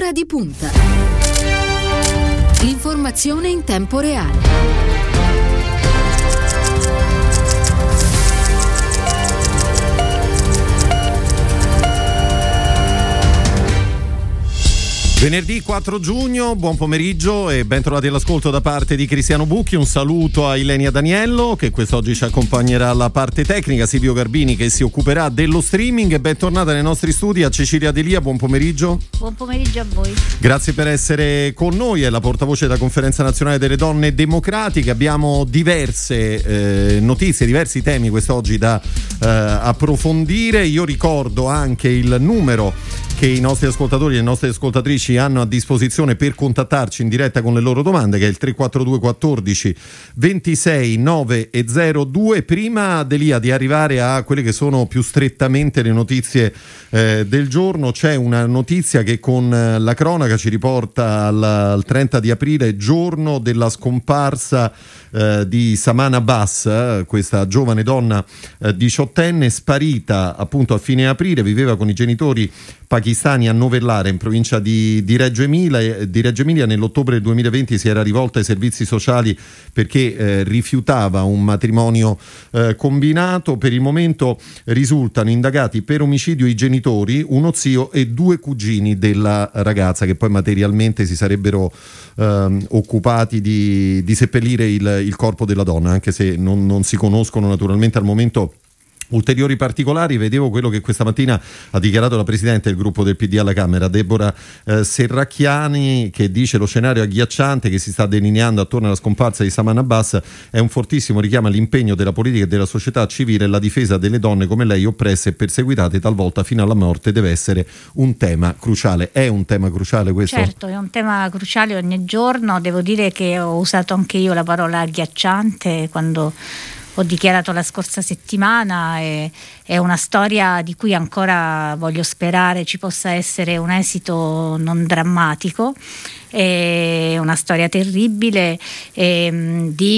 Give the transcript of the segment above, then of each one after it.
Ora di punta. L'informazione in tempo reale. Venerdì 4 giugno, buon pomeriggio e ben trovati all'ascolto da parte di Cristiano Bucchi. Un saluto a Ilenia Daniello che quest'oggi ci accompagnerà alla parte tecnica, Silvio Garbini che si occuperà dello streaming, e bentornata nei nostri studi a Cecilia Delia, buon pomeriggio. Buon pomeriggio a voi. Grazie per essere con noi, è la portavoce della Conferenza Nazionale delle Donne Democratiche. Abbiamo diverse notizie, diversi temi quest'oggi da approfondire. Io ricordo anche il numero che i nostri ascoltatori e le nostre ascoltatrici hanno a disposizione per contattarci in diretta con le loro domande, che è il 342 14 26 902. Prima, Delia, di arrivare a quelle che sono più strettamente le notizie del giorno, c'è una notizia che con la cronaca ci riporta al 30 di aprile, giorno della scomparsa di Saman Abbas, questa giovane donna 18enne sparita appunto a fine aprile. Viveva con i genitori pakistani a Novellara, in provincia di Reggio Emilia. Nell'ottobre del 2020 si era rivolta ai servizi sociali perché rifiutava un matrimonio combinato. Per il momento risultano indagati per omicidio i genitori, uno zio e due cugini della ragazza, che poi materialmente si sarebbero occupati di seppellire il corpo della donna, anche se non si conoscono naturalmente al momento ulteriori particolari. Vedevo quello che questa mattina ha dichiarato la presidente del gruppo del PD alla Camera, Deborah Serracchiani, che dice: lo scenario agghiacciante che si sta delineando attorno alla scomparsa di Saman Abbas è un fortissimo richiamo all'impegno della politica e della società civile. La difesa delle donne come lei, oppresse e perseguitate talvolta fino alla morte, deve essere un tema cruciale. È un tema cruciale questo? Certo, è un tema cruciale ogni giorno. Devo dire che ho usato anche io la parola agghiacciante quando ho dichiarato la scorsa settimana. È una storia di cui ancora voglio sperare ci possa essere un esito non drammatico. È una storia terribile di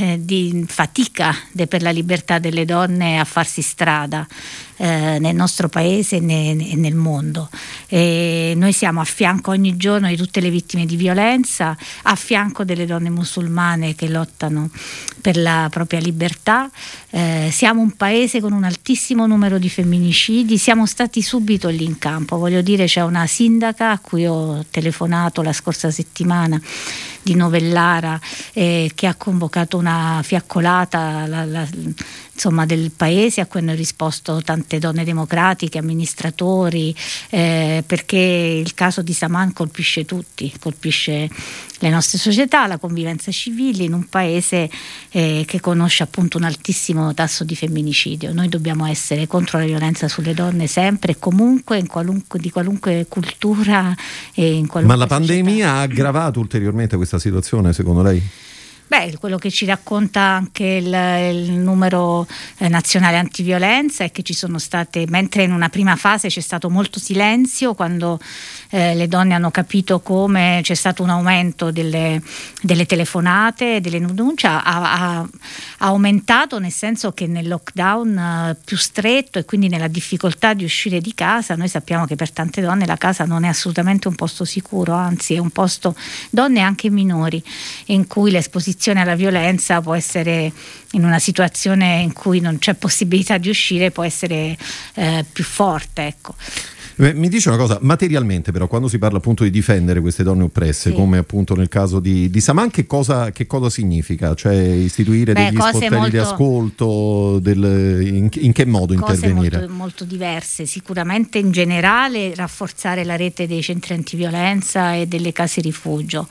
fatica per la libertà delle donne a farsi strada nel nostro paese e nel mondo. Noi siamo a fianco ogni giorno di tutte le vittime di violenza, a fianco delle donne musulmane che lottano per la propria libertà. Siamo un paese con un altissimo numero di femminicidi, siamo stati subito lì in campo. Voglio dire, c'è una sindaca a cui ho telefonato la scorsa settimana di Novellara che ha convocato una fiaccolata del paese, a cui hanno risposto tante donne democratiche, amministratori, perché il caso di Saman colpisce tutti, colpisce le nostre società, la convivenza civile in un paese che conosce appunto un altissimo tasso di femminicidio. Noi dobbiamo essere contro la violenza sulle donne sempre e comunque, di qualunque cultura e in qualunque Ma la pandemia società. ha aggravato ulteriormente questa situazione, secondo lei? Quello che ci racconta anche il numero nazionale antiviolenza è che ci sono state, mentre in una prima fase c'è stato molto silenzio, quando le donne hanno capito come c'è stato un aumento delle telefonate, delle denunce, ha aumentato, nel senso che nel lockdown più stretto e quindi nella difficoltà di uscire di casa, noi sappiamo che per tante donne la casa non è assolutamente un posto sicuro, anzi è un posto, donne anche minori, in cui l'esposizione alla violenza può essere, in una situazione in cui non c'è possibilità di uscire, può essere più forte, ecco. Mi dice una cosa, materialmente però, quando si parla appunto di difendere queste donne oppresse, come appunto nel caso di Saman, che cosa significa? Cioè istituire degli sportelli di ascolto, in che modo intervenire? Cose molto diverse, sicuramente in generale rafforzare la rete dei centri antiviolenza e delle case rifugio.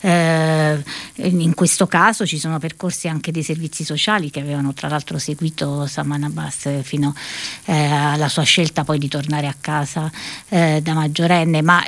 In questo caso ci sono percorsi anche dei servizi sociali che avevano tra l'altro seguito Saman Abbas fino alla sua scelta poi di tornare a casa da maggiorenne, ma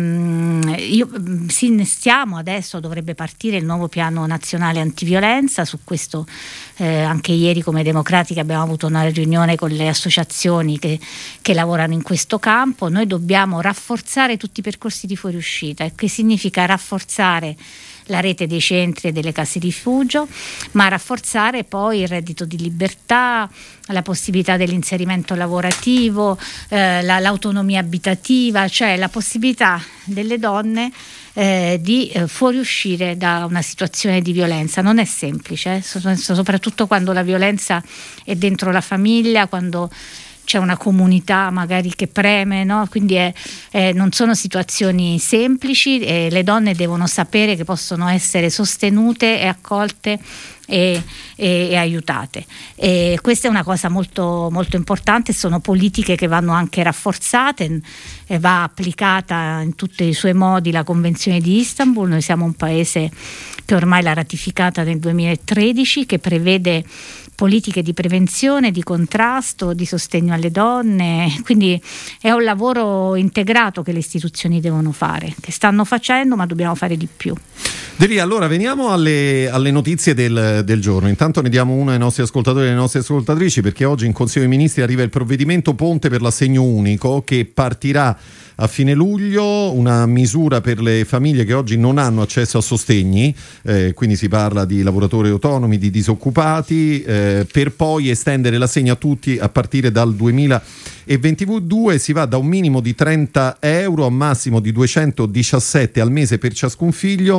stiamo adesso, dovrebbe partire il nuovo piano nazionale antiviolenza. Su questo anche ieri come Democratica abbiamo avuto una riunione con le associazioni che lavorano in questo campo. Noi dobbiamo rafforzare tutti i percorsi di fuoriuscita, che significa rafforzare la rete dei centri e delle case rifugio, ma rafforzare poi il reddito di libertà, la possibilità dell'inserimento lavorativo, l'autonomia abitativa, cioè la possibilità delle donne di fuoriuscire da una situazione di violenza. Non è semplice, soprattutto quando la violenza è dentro la famiglia, quando c'è una comunità magari che preme, no? Quindi non sono situazioni semplici e le donne devono sapere che possono essere sostenute e accolte e aiutate. E questa è una cosa molto, molto importante, sono politiche che vanno anche rafforzate, va applicata in tutti i suoi modi la Convenzione di Istanbul. Noi siamo un paese che ormai l'ha ratificata nel 2013, che prevede politiche di prevenzione, di contrasto, di sostegno alle donne, quindi è un lavoro integrato che le istituzioni devono fare, che stanno facendo, ma dobbiamo fare di più. Delia, allora veniamo alle notizie del giorno. Intanto ne diamo una ai nostri ascoltatori e alle nostre ascoltatrici, perché oggi in Consiglio dei Ministri arriva il provvedimento ponte per l'assegno unico, che partirà a fine luglio, una misura per le famiglie che oggi non hanno accesso a sostegni, quindi si parla di lavoratori autonomi, di disoccupati, per poi estendere l'assegno a tutti a partire dal 2022. Si va da un minimo di 30 euro a un massimo di 217 al mese per ciascun figlio.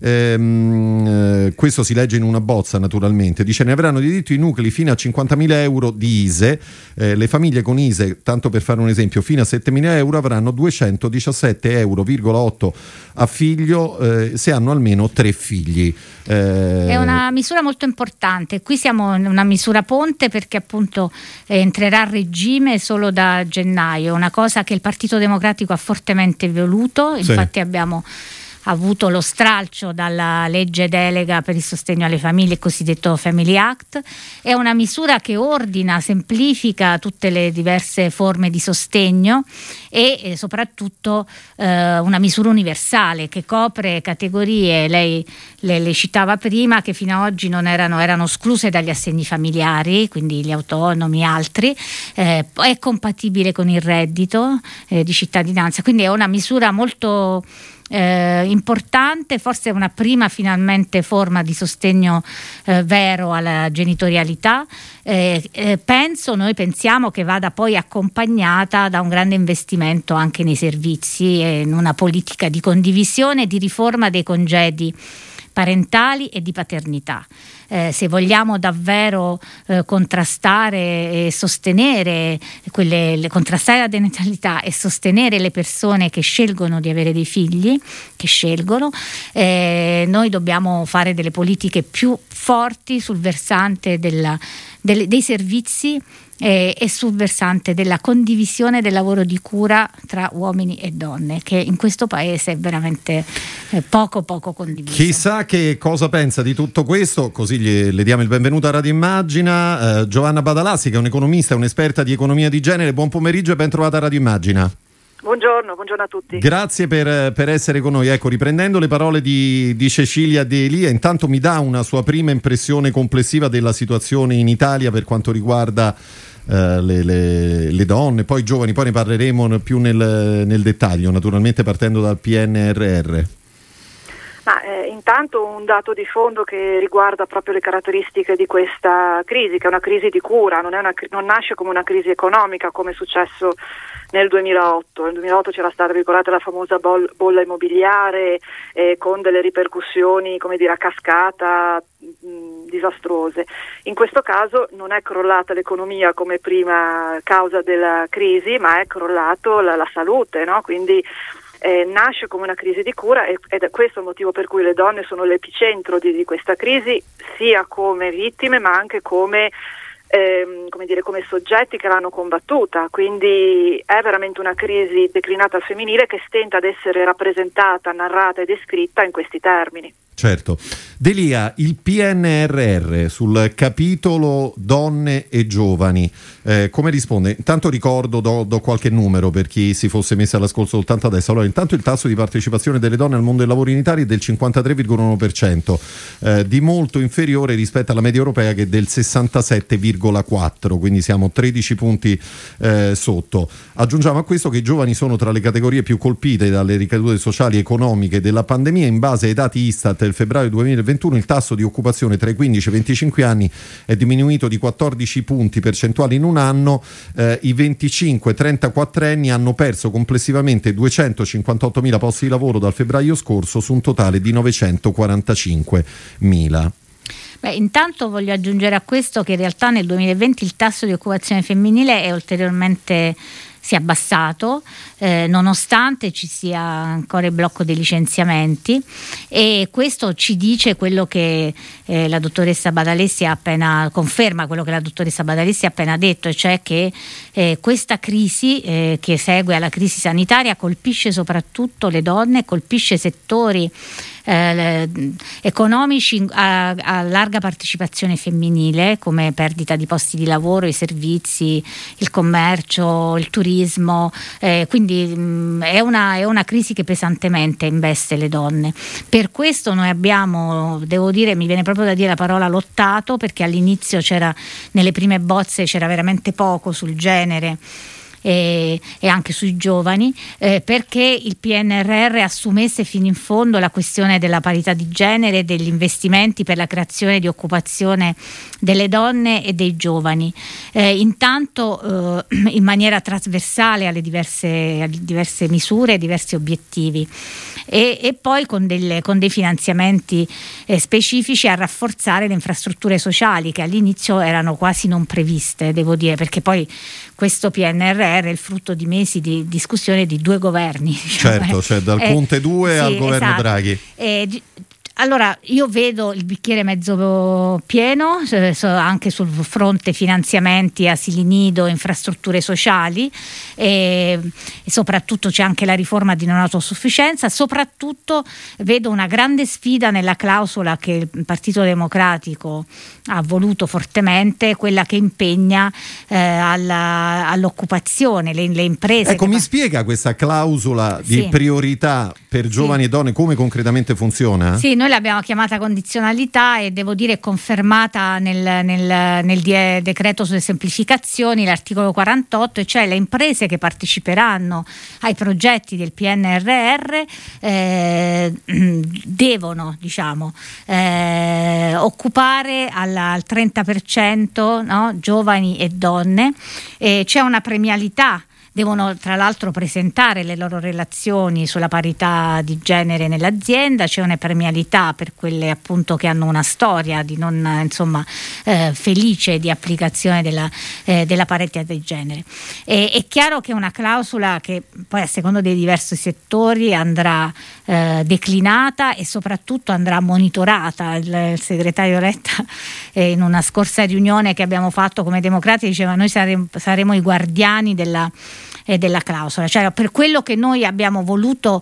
Questo si legge in una bozza, naturalmente. Dice: ne avranno diritto i nuclei fino a 50.000 euro di ISE. Le famiglie con ISE, tanto per fare un esempio, fino a 7.000 euro avranno 217,8 euro a figlio se hanno almeno 3 figli. È una misura molto importante. Qui siamo in una misura ponte perché appunto entrerà a regime solo da gennaio, una cosa che il Partito Democratico ha fortemente voluto. Infatti abbiamo avuto lo stralcio dalla legge delega per il sostegno alle famiglie, il cosiddetto Family Act. È una misura che ordina, semplifica tutte le diverse forme di sostegno e soprattutto una misura universale che copre categorie, lei le citava prima, che fino ad oggi erano escluse dagli assegni familiari, quindi gli autonomi e altri, è compatibile con il reddito di cittadinanza, quindi è una misura molto importante, forse è una prima finalmente forma di sostegno vero alla genitorialità. Noi pensiamo che vada poi accompagnata da un grande investimento anche nei servizi e in una politica di condivisione e di riforma dei congedi parentali e di paternità. Se vogliamo davvero contrastare e sostenere contrastare la denatalità e sostenere le persone che scelgono di avere dei figli, noi dobbiamo fare delle politiche più forti sul versante dei servizi e sul versante della condivisione del lavoro di cura tra uomini e donne, che in questo paese è veramente poco condiviso. Chissà che cosa pensa di tutto questo, così le diamo il benvenuto a Radio Immagina. Giovanna Badalassi, che è un'economista, un'esperta di economia di genere. Buon pomeriggio e ben trovata a Radio Immagina. Buongiorno a tutti. Grazie per essere con noi. Ecco, riprendendo le parole di Cecilia De Elia, intanto mi dà una sua prima impressione complessiva della situazione in Italia per quanto riguarda le donne, poi i giovani, poi ne parleremo più nel dettaglio, naturalmente partendo dal PNRR. Intanto un dato di fondo che riguarda proprio le caratteristiche di questa crisi, che è una crisi di cura, non nasce come una crisi economica come è successo nel 2008. Nel 2008 c'era stata ricordata la famosa bolla immobiliare con delle ripercussioni, come dire, a cascata disastrose. In questo caso non è crollata l'economia come prima causa della crisi, ma è crollato la salute, no? Quindi nasce come una crisi di cura ed è questo il motivo per cui le donne sono l'epicentro di questa crisi, sia come vittime ma anche come soggetti che l'hanno combattuta. Quindi è veramente una crisi declinata al femminile che stenta ad essere rappresentata, narrata e descritta in questi termini. Certo. Delia, il PNRR sul capitolo donne e giovani, come risponde? Intanto ricordo, do qualche numero per chi si fosse messo all'ascolto soltanto adesso. Allora, intanto il tasso di partecipazione delle donne al mondo del lavoro in Italia è del 53,1%, di molto inferiore rispetto alla media europea che è del 67,4%, quindi siamo 13 punti sotto. Aggiungiamo a questo che i giovani sono tra le categorie più colpite dalle ricadute sociali e economiche della pandemia in base ai dati Istat data del febbraio 2021 il tasso di occupazione tra i 15 e i 25 anni è diminuito di 14 punti percentuali in un anno. I 25-34 anni hanno perso complessivamente 258.000 posti di lavoro dal febbraio scorso su un totale di 945.000. Intanto voglio aggiungere a questo che in realtà nel 2020 il tasso di occupazione femminile è ulteriormente si è abbassato, nonostante ci sia ancora il blocco dei licenziamenti, e questo ci dice quello che la dottoressa Badalessi ha appena conferma quello che la dottoressa Badalessi ha appena detto, e cioè che questa crisi che segue alla crisi sanitaria colpisce soprattutto le donne, colpisce settori economici a larga partecipazione femminile, come perdita di posti di lavoro, i servizi, il commercio, il turismo, quindi è una crisi che pesantemente investe le donne. Per questo noi abbiamo, devo dire, mi viene proprio da dire la parola lottato, perché all'inizio nelle prime bozze c'era veramente poco sul genere e anche sui giovani, perché il PNRR assumesse fino in fondo la questione della parità di genere e degli investimenti per la creazione di occupazione delle donne e dei giovani, intanto in maniera trasversale alle diverse misure, ai diversi obiettivi, e poi con dei finanziamenti specifici a rafforzare le infrastrutture sociali che all'inizio erano quasi non previste, devo dire, perché poi questo PNRR è il frutto di mesi di discussione di due governi. Certo, cioè dal Conte 2 al governo, esatto, Draghi. Allora, io vedo il bicchiere mezzo pieno, anche sul fronte finanziamenti, asili nido, infrastrutture sociali, e soprattutto c'è anche la riforma di non autosufficienza. Soprattutto vedo una grande sfida nella clausola che il Partito Democratico ha voluto fortemente, quella che impegna all'occupazione, le imprese. Ecco, mi spiega questa clausola di priorità per giovani e donne, come concretamente funziona? Sì, noi l'abbiamo chiamata condizionalità e devo dire confermata nel decreto sulle semplificazioni, l'articolo 48, e cioè le imprese che parteciperanno ai progetti del PNRR devono, occupare al 30%, no? Giovani e donne. C'è una premialità. Devono tra l'altro presentare le loro relazioni sulla parità di genere nell'azienda, c'è una premialità per quelle appunto che hanno una storia di non felice di applicazione della parità di genere. È chiaro che è una clausola che poi a secondo dei diversi settori andrà declinata e soprattutto andrà monitorata. Il segretario Letta in una scorsa riunione che abbiamo fatto come democratici diceva: noi saremo i guardiani della clausola, cioè per quello che noi abbiamo voluto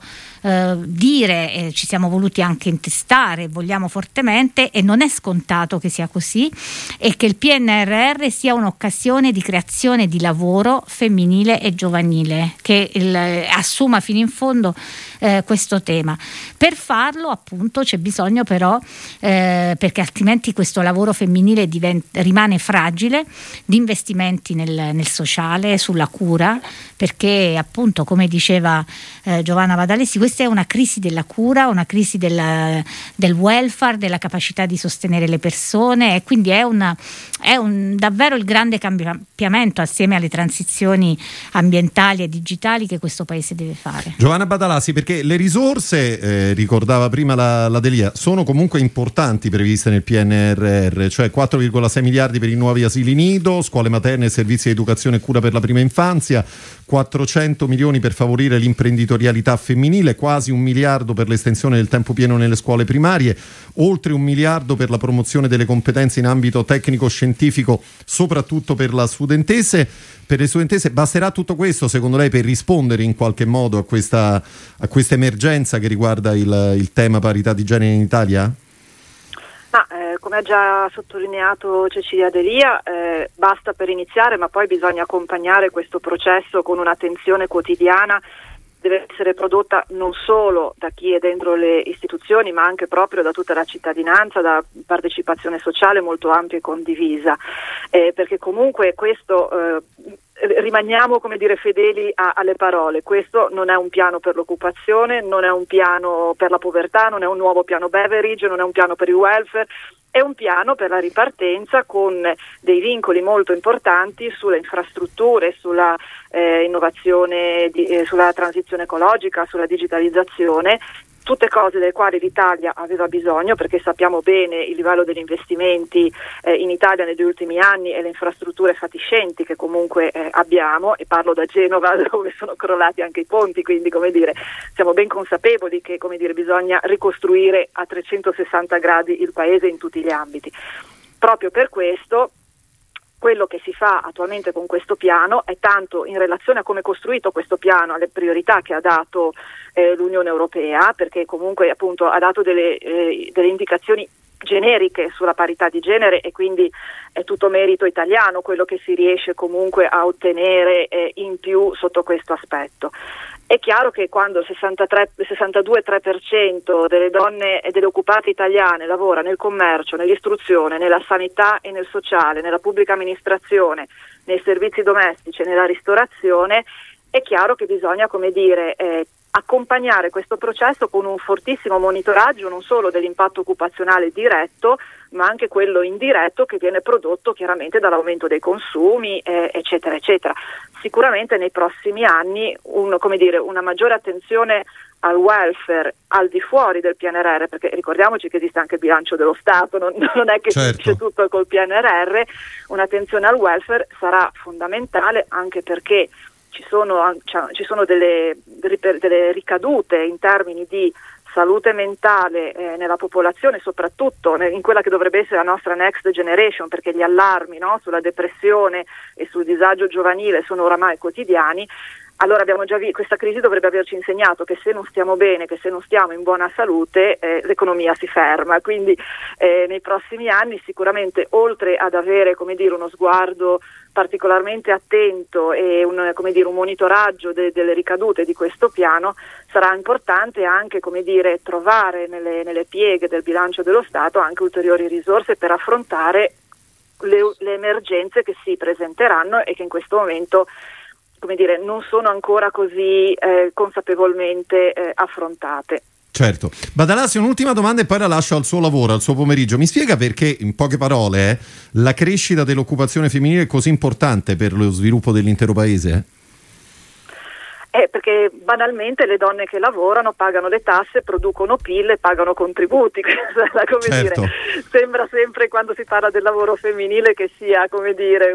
dire, ci siamo voluti anche intestare, vogliamo fortemente, e non è scontato che sia così, e che il PNRR sia un'occasione di creazione di lavoro femminile e giovanile, che assuma fino in fondo questo tema. Per farlo appunto c'è bisogno però, perché altrimenti questo lavoro femminile rimane fragile, di investimenti nel sociale, sulla cura, perché appunto, come diceva Giovanna Badalessi, questa è una crisi della cura, una crisi del welfare, della capacità di sostenere le persone, e quindi è davvero il grande cambiamento assieme alle transizioni ambientali e digitali che questo paese deve fare. Giovanna Badalessi, perché le risorse, ricordava prima la Delia, sono comunque importanti previste nel PNRR, cioè 4,6 miliardi per i nuovi asili nido, scuole materne, servizi di educazione e cura per la prima infanzia, 400 milioni per favorire l'imprenditorialità femminile, quasi 1 miliardo per l'estensione del tempo pieno nelle scuole primarie, oltre 1 miliardo per la promozione delle competenze in ambito tecnico-scientifico, soprattutto per le studentesse. Basterà tutto questo secondo lei per rispondere in qualche modo a questa emergenza che riguarda il tema parità di genere in Italia? Come ha già sottolineato Cecilia Delia, basta per iniziare, ma poi bisogna accompagnare questo processo con un'attenzione quotidiana. Deve essere prodotta non solo da chi è dentro le istituzioni, ma anche proprio da tutta la cittadinanza, da partecipazione sociale molto ampia e condivisa, perché comunque questo rimaniamo, come dire, fedeli alle parole. Questo non è un piano per l'occupazione, non è un piano per la povertà, non è un nuovo piano Beveridge, non è un piano per il welfare, è un piano per la ripartenza con dei vincoli molto importanti sulle infrastrutture, sulla innovazione, sulla transizione ecologica, sulla digitalizzazione, tutte cose delle quali l'Italia aveva bisogno, perché sappiamo bene il livello degli investimenti in Italia negli ultimi anni e le infrastrutture fatiscenti che comunque abbiamo, e parlo da Genova dove sono crollati anche i ponti, quindi come dire siamo ben consapevoli che come dire bisogna ricostruire a 360 gradi il paese in tutti gli ambiti. Proprio per questo quello che si fa attualmente con questo piano è tanto in relazione a come è costruito questo piano, alle priorità che ha dato l'Unione Europea, perché comunque appunto ha dato delle indicazioni generiche sulla parità di genere, e quindi è tutto merito italiano quello che si riesce comunque a ottenere in più sotto questo aspetto. È chiaro che quando il 62-3% delle donne e delle occupate italiane lavora nel commercio, nell'istruzione, nella sanità e nel sociale, nella pubblica amministrazione, nei servizi domestici e nella ristorazione, è chiaro che bisogna, come dire, accompagnare questo processo con un fortissimo monitoraggio non solo dell'impatto occupazionale diretto, ma anche quello indiretto che viene prodotto chiaramente dall'aumento dei consumi, eccetera, eccetera. Sicuramente nei prossimi anni una maggiore attenzione al welfare al di fuori del PNRR, perché ricordiamoci che esiste anche il bilancio dello Stato, non è che c'è tutto col PNRR, un'attenzione al welfare sarà fondamentale, anche perché ci sono delle ricadute in termini di salute mentale nella popolazione, soprattutto in quella che dovrebbe essere la nostra next generation, perché gli allarmi, no, sulla depressione e sul disagio giovanile sono oramai quotidiani. Allora abbiamo già questa crisi dovrebbe averci insegnato che se non stiamo bene, che se non stiamo in buona salute, l'economia si ferma. Quindi nei prossimi anni sicuramente, oltre ad avere, come dire, uno sguardo particolarmente attento e un monitoraggio delle ricadute di questo piano, sarà importante anche, come dire, trovare nelle pieghe del bilancio dello Stato anche ulteriori risorse per affrontare le emergenze che si presenteranno e che in questo momento, come dire, non sono ancora così consapevolmente affrontate. Certo. Badalassi, un'ultima domanda e poi la lascio al suo lavoro, al suo pomeriggio. Mi spiega perché, in poche parole, la crescita dell'occupazione femminile è così importante per lo sviluppo dell'intero paese? Perché banalmente le donne che lavorano pagano le tasse, producono PIL e pagano contributi. Certo. Sembra sempre, quando si parla del lavoro femminile, che sia, come dire,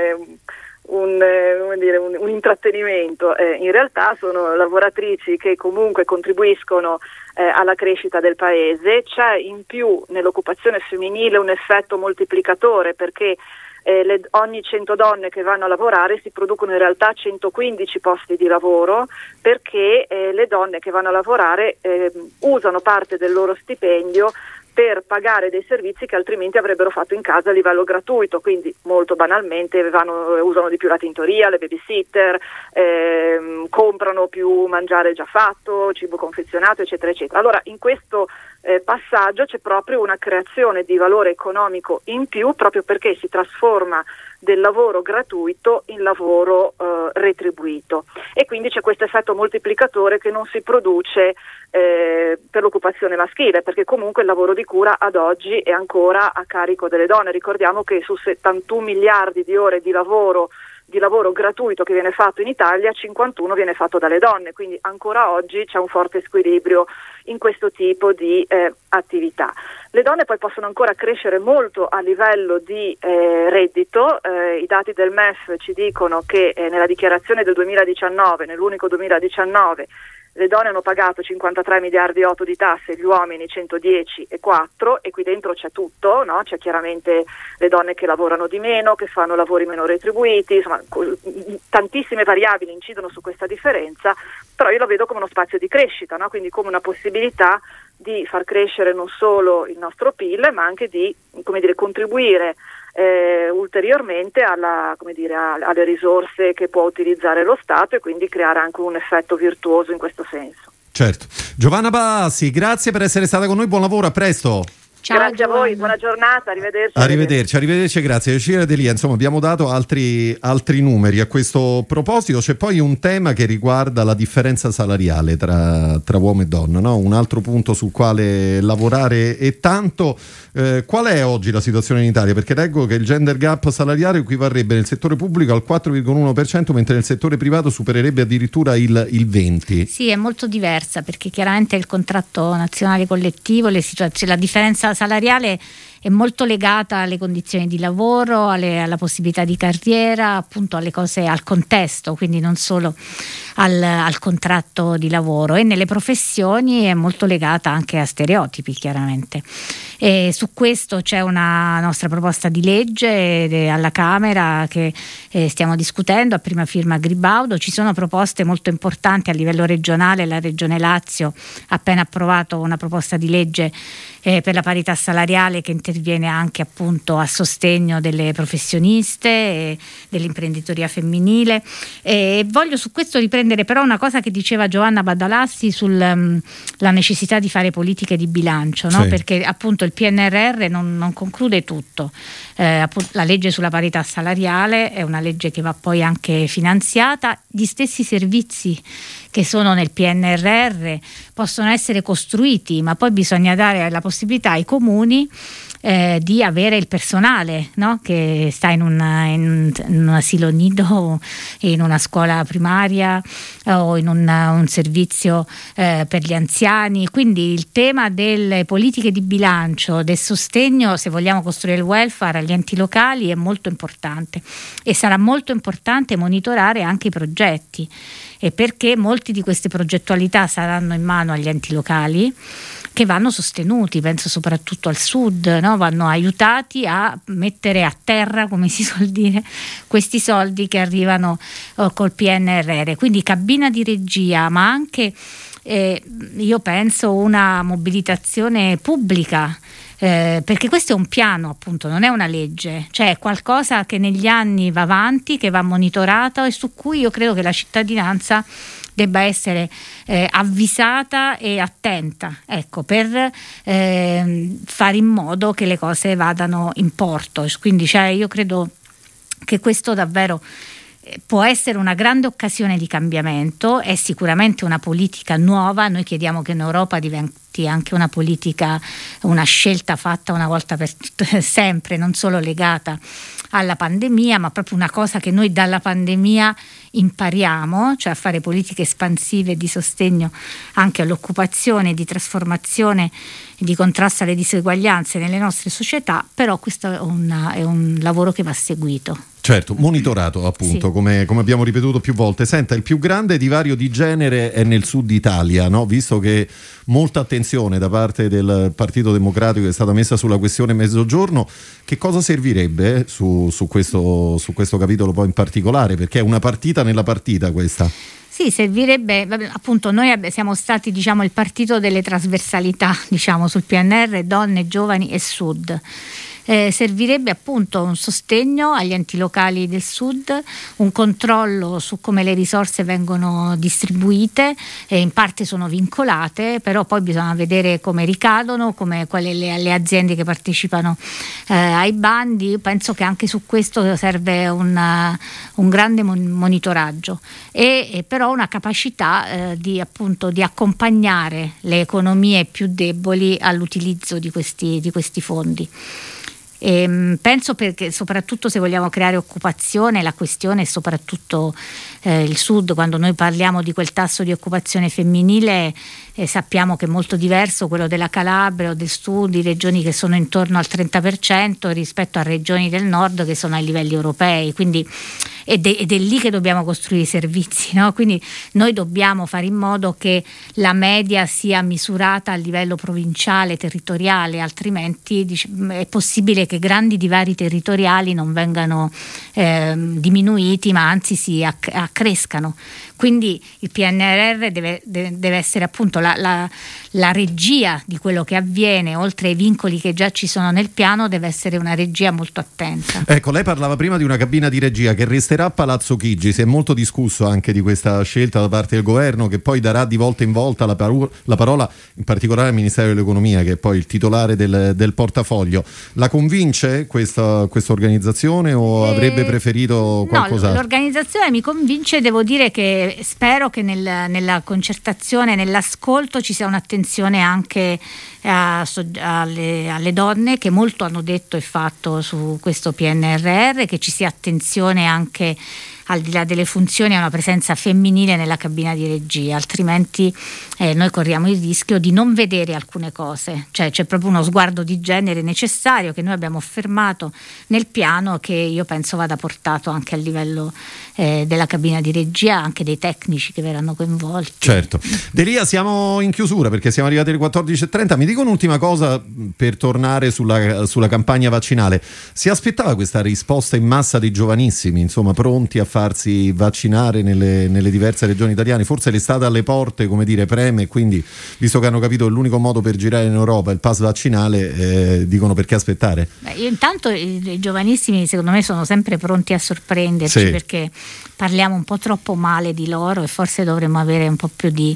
un intrattenimento. In realtà sono lavoratrici che comunque contribuiscono alla crescita del paese. C'è in più nell'occupazione femminile un effetto moltiplicatore, perché ogni 100 donne che vanno a lavorare si producono in realtà 115 posti di lavoro, perché le donne che vanno a lavorare usano parte del loro stipendio per pagare dei servizi che altrimenti avrebbero fatto in casa a livello gratuito, quindi molto banalmente usano di più la tintoria, le babysitter, comprano più mangiare già fatto, cibo confezionato, eccetera, eccetera. Allora in questo passaggio c'è proprio una creazione di valore economico in più, proprio perché si trasforma del lavoro gratuito in lavoro retribuito, e quindi c'è questo effetto moltiplicatore che non si produce per l'occupazione maschile, perché comunque il lavoro di cura ad oggi è ancora a carico delle donne. Ricordiamo che su 71 miliardi di ore di lavoro gratuito che viene fatto in Italia, 51 viene fatto dalle donne, quindi ancora oggi c'è un forte squilibrio in questo tipo di attività. Le donne poi possono ancora crescere molto a livello di reddito. I dati del MEF ci dicono che nella dichiarazione del 2019, nell'unico 2019, le donne hanno pagato 53 miliardi e 8 di tasse, gli uomini 110,4, e qui dentro c'è tutto, no? C'è chiaramente le donne che lavorano di meno, che fanno lavori meno retribuiti, insomma tantissime variabili incidono su questa differenza, però io la vedo come uno spazio di crescita, no? Quindi come una possibilità di far crescere non solo il nostro PIL, ma anche di, come dire, contribuire ulteriormente alle risorse che può utilizzare lo Stato, e quindi creare anche un effetto virtuoso in questo senso. Certo. Giovanna Bassi, grazie per essere stata con noi, buon lavoro, a presto. Ciao, grazie a voi, buona giornata, Arrivederci, grazie. Cecilia D'Elia, insomma, abbiamo dato altri numeri a questo proposito. C'è poi un tema che riguarda la differenza salariale tra uomo e donna, no? Un altro punto sul quale lavorare e tanto. Qual è oggi la situazione in Italia? Perché leggo che il gender gap salariale equivarrebbe nel settore pubblico al 4,1%, mentre nel settore privato supererebbe addirittura il 20%. Sì, è molto diversa, perché chiaramente il contratto nazionale collettivo, la differenza salariale è molto legata alle condizioni di lavoro, alla possibilità di carriera, appunto alle cose, al contesto, quindi non solo al contratto di lavoro, e nelle professioni è molto legata anche a stereotipi, chiaramente. E su questo c'è una nostra proposta di legge alla Camera che stiamo discutendo, a prima firma Gribaudo. Ci sono proposte molto importanti a livello regionale. La Regione Lazio ha appena approvato una proposta di legge per la parità salariale, che interviene anche appunto a sostegno delle professioniste e dell'imprenditoria femminile. Voglio su questo riprendere però una cosa che diceva Giovanna Badalassi sulla necessità di fare politiche di bilancio, no? Sì. Perché appunto il PNRR non conclude tutto. La legge sulla parità salariale è una legge che va poi anche finanziata. Gli stessi servizi che sono nel PNRR possono essere costruiti, ma poi bisogna dare la possibilità ai comuni di avere il personale, no? Che sta in un asilo nido, in una scuola primaria o in un servizio per gli anziani. Quindi il tema delle politiche di bilancio, del sostegno, se vogliamo costruire il welfare agli enti locali, è molto importante, e sarà molto importante monitorare anche i progetti, e perché molti di queste progettualità saranno in mano agli enti locali, che vanno sostenuti, penso soprattutto al sud, no? Vanno aiutati a mettere a terra, come si suol dire, questi soldi che arrivano col PNRR. Quindi cabina di regia, ma anche io penso una mobilitazione pubblica, perché questo è un piano, appunto, non è una legge, cioè è qualcosa che negli anni va avanti, che va monitorato e su cui io credo che la cittadinanza debba essere avvisata e attenta, ecco, per fare in modo che le cose vadano in porto. Quindi io credo che questo davvero può essere una grande occasione di cambiamento, è sicuramente una politica nuova. Noi chiediamo che in Europa diventi anche una politica, una scelta fatta una volta per sempre, non solo legata alla pandemia, ma proprio una cosa che noi dalla pandemia impariamo, cioè a fare politiche espansive di sostegno anche all'occupazione, di trasformazione, di contrasto alle diseguaglianze nelle nostre società. Però questo è un lavoro che va seguito. Certo, monitorato appunto, sì. come abbiamo ripetuto più volte. Senta, il più grande divario di genere è nel sud Italia, no? Visto che molta attenzione da parte del Partito Democratico è stata messa sulla questione Mezzogiorno, che cosa servirebbe su questo capitolo poi in particolare? Perché è una partita nella partita questa. Sì, servirebbe, appunto, noi siamo stati, diciamo, il partito delle trasversalità, diciamo, sul PNR, donne, giovani e sud. Servirebbe appunto un sostegno agli enti locali del sud, un controllo su come le risorse vengono distribuite, in parte sono vincolate, però poi bisogna vedere come ricadono, quali le aziende che partecipano ai bandi. Io penso che anche su questo serve un grande monitoraggio e però una capacità di accompagnare le economie più deboli all'utilizzo di questi fondi. Penso, perché soprattutto se vogliamo creare occupazione, la questione è soprattutto il sud. Quando noi parliamo di quel tasso di occupazione femminile, sappiamo che è molto diverso quello della Calabria o del sud, di regioni che sono intorno al 30% rispetto a regioni del nord che sono ai livelli europei. Quindi ed è lì che dobbiamo costruire i servizi, no? Quindi noi dobbiamo fare in modo che la media sia misurata a livello provinciale, territoriale, altrimenti è possibile che grandi divari territoriali non vengano diminuiti, ma anzi si accrescano. Quindi il PNRR deve essere appunto la regia di quello che avviene, oltre ai vincoli che già ci sono nel piano, deve essere una regia molto attenta. Ecco, lei parlava prima di una cabina di regia che resterà a Palazzo Chigi. Si è molto discusso anche di questa scelta da parte del governo, che poi darà di volta in volta la parola in particolare al Ministero dell'Economia, che è poi il titolare del portafoglio. La convince questa organizzazione o avrebbe preferito qualcos'altro? No, l'organizzazione mi convince. Devo dire che spero che nella concertazione, nell'ascolto ci sia un'attenzione anche alle donne, che molto hanno detto e fatto su questo PNRR, che ci sia attenzione anche, al di là delle funzioni, a una presenza femminile nella cabina di regia, altrimenti noi corriamo il rischio di non vedere alcune cose. Cioè c'è proprio uno sguardo di genere necessario che noi abbiamo affermato nel piano, che io penso vada portato anche a livello della cabina di regia, anche dei tecnici che verranno coinvolti. Certo. Delia, siamo in chiusura perché siamo arrivati alle 14.30. Mi dico un'ultima cosa per tornare sulla campagna vaccinale. Si aspettava questa risposta in massa dei giovanissimi, insomma, pronti a farsi vaccinare nelle diverse regioni italiane? Forse l'estate alle porte, come dire, preme, e quindi, visto che hanno capito che l'unico modo per girare in Europa è il pass vaccinale, dicono perché aspettare? Io intanto i giovanissimi secondo me sono sempre pronti a sorprenderci, sì, perché parliamo un po' troppo male di loro e forse dovremmo avere un po' più di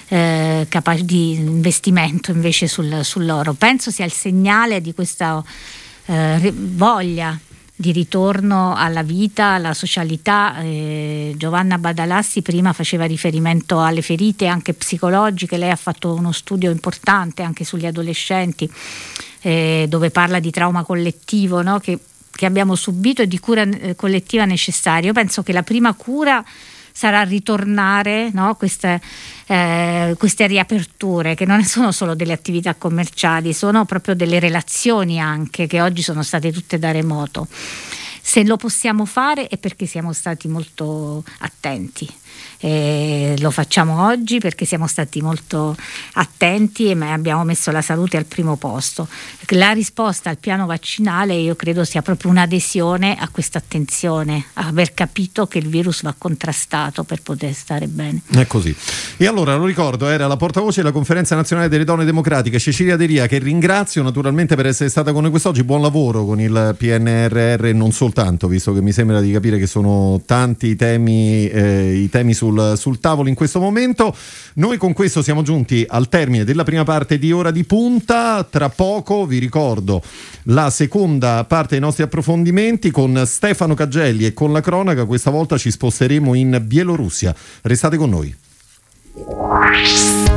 investimento invece sul loro. Penso sia il segnale di questa voglia di ritorno alla vita, alla socialità. Giovanna Badalassi prima faceva riferimento alle ferite anche psicologiche. Lei ha fatto uno studio importante anche sugli adolescenti, dove parla di trauma collettivo, no? che abbiamo subito, e di cura collettiva necessaria. Io penso che la prima cura sarà ritornare, no? Queste riaperture, che non sono solo delle attività commerciali, sono proprio delle relazioni anche, che oggi sono state tutte da remoto. Se lo possiamo fare è perché siamo stati molto attenti. Lo facciamo oggi perché siamo stati molto attenti e abbiamo messo la salute al primo posto. La risposta al piano vaccinale io credo sia proprio un'adesione a questa attenzione, a aver capito che il virus va contrastato per poter stare bene. È così. E allora, lo ricordo, era la portavoce della Conferenza Nazionale delle Donne Democratiche, Cecilia Delia, che ringrazio naturalmente per essere stata con noi quest'oggi. Buon lavoro con il PNRR e non soltanto, visto che mi sembra di capire che sono tanti i temi sul tavolo in questo momento. Noi con questo siamo giunti al termine della prima parte di Ora di Punta. Tra poco vi ricordo la seconda parte dei nostri approfondimenti con Stefano Caggelli e con la cronaca. Questa volta ci sposteremo in Bielorussia. Restate con noi.